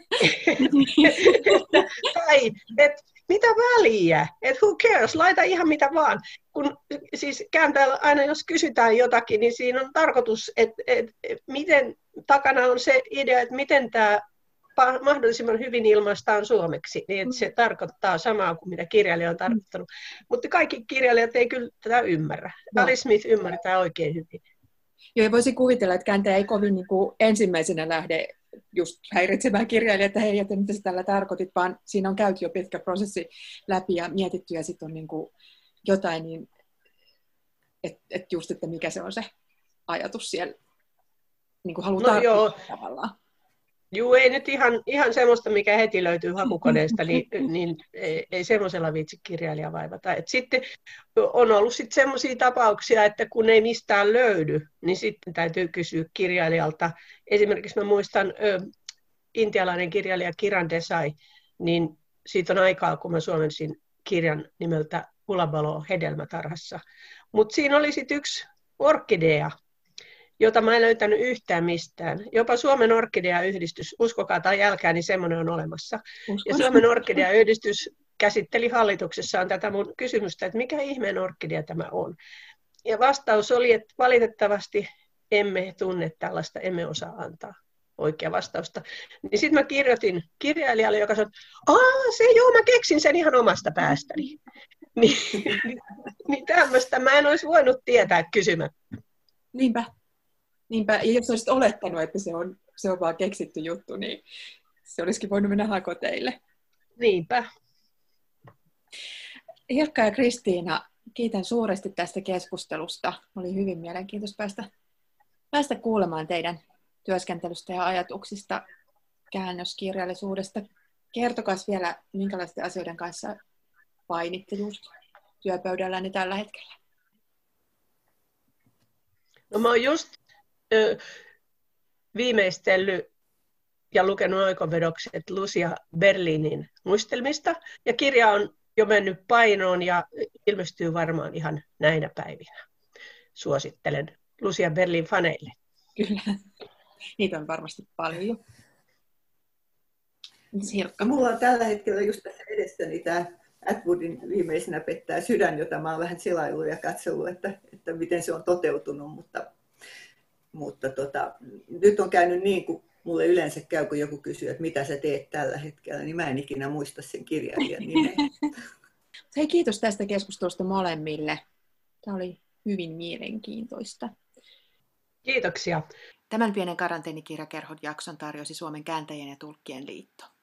Tai, että mitä väliä, että who cares, laita ihan mitä vaan. Kun siis kääntäjällä aina jos kysytään jotakin, niin siinä on tarkoitus, että miten takana on se idea, että miten tämä mahdollisimman hyvin ilmaistaan suomeksi, niin että se tarkoittaa samaa kuin mitä kirjailija on tarkoittanut. Mutta kaikki kirjailijat ei kyllä tätä ymmärrä. Alice Smith ymmärtää oikein hyvin. Joo, ja voisin kuvitella, että kääntäjä ei kovin niin kuin ensimmäisenä lähde just häiritsemään kirjailijaa, että hei, että mitä sä tällä tarkoitit, vaan siinä on käyty jo pitkä prosessi läpi ja mietitty, ja sitten on niin kuin jotain, niin, että just, että mikä se on se ajatus siellä, niin kuin halutaan tavallaan. Joo, ei nyt ihan semmoista, mikä heti löytyy hakukoneesta, niin ei semmoisella viitsi kirjailija vaivata. Et sitten on ollut semmoisia tapauksia, että kun ei mistään löydy, niin sitten täytyy kysyä kirjailijalta. Esimerkiksi mä muistan intialainen kirjailija Kiran Desai, niin siitä on aikaa, kun mä suomensin kirjan nimeltä Ulabalo hedelmätarhassa. Mutta siinä oli sitten yksi orkidea, jota mä en löytänyt yhtään mistään. Jopa Suomen orkidea-yhdistys, uskokaa tai älkää, niin semmoinen on olemassa. Ja Suomen orkidea-yhdistys käsitteli hallituksessaan tätä mun kysymystä, että mikä ihmeen orkidea tämä on. Ja vastaus oli, että valitettavasti emme tunne tällaista, emme osaa antaa oikea vastausta. Niin sitten mä kirjoitin kirjailijalle, joka sanoi, mä keksin sen ihan omasta päästäni. Niin tämmöistä mä en olisi voinut tietää kysymättä. Niinpä. Ja jos olisit olettanut, että se on vaan keksitty juttu, niin se olisikin voinut mennä hakoteille. Niinpä. Hilkka ja Kristiina, kiitän suuresti tästä keskustelusta. Oli hyvin mielenkiintoista päästä kuulemaan teidän työskentelystä ja ajatuksista käännöskirjallisuudesta. Kertokaa vielä, minkälaisten asioiden kanssa painitte just työpöydälläni tällä hetkellä. No mä oon just viimeistellyt ja lukenut oikovedokset Lucia Berlinin muistelmista. Ja kirja on jo mennyt painoon ja ilmestyy varmaan ihan näinä päivinä. Suosittelen Lucia Berlin faneille. Kyllä, niitä on varmasti paljon. Sirkka. Mulla on tällä hetkellä just tässä edessäni tämä Atwoodin viimeisenä pettää sydän, jota mä oon vähän selaillut ja katsellut, että miten se on toteutunut, mutta nyt on käynyt niin kuin mulle yleensä käy, kun joku kysyy, että mitä sä teet tällä hetkellä, niin mä en ikinä muista sen kirjailijan nimeä. Hei, kiitos tästä keskustelusta molemmille. Tämä oli hyvin mielenkiintoista. Kiitoksia. Tämän pienen karanteenikirjakerhon jakson tarjosi Suomen kääntäjien ja tulkkien liitto.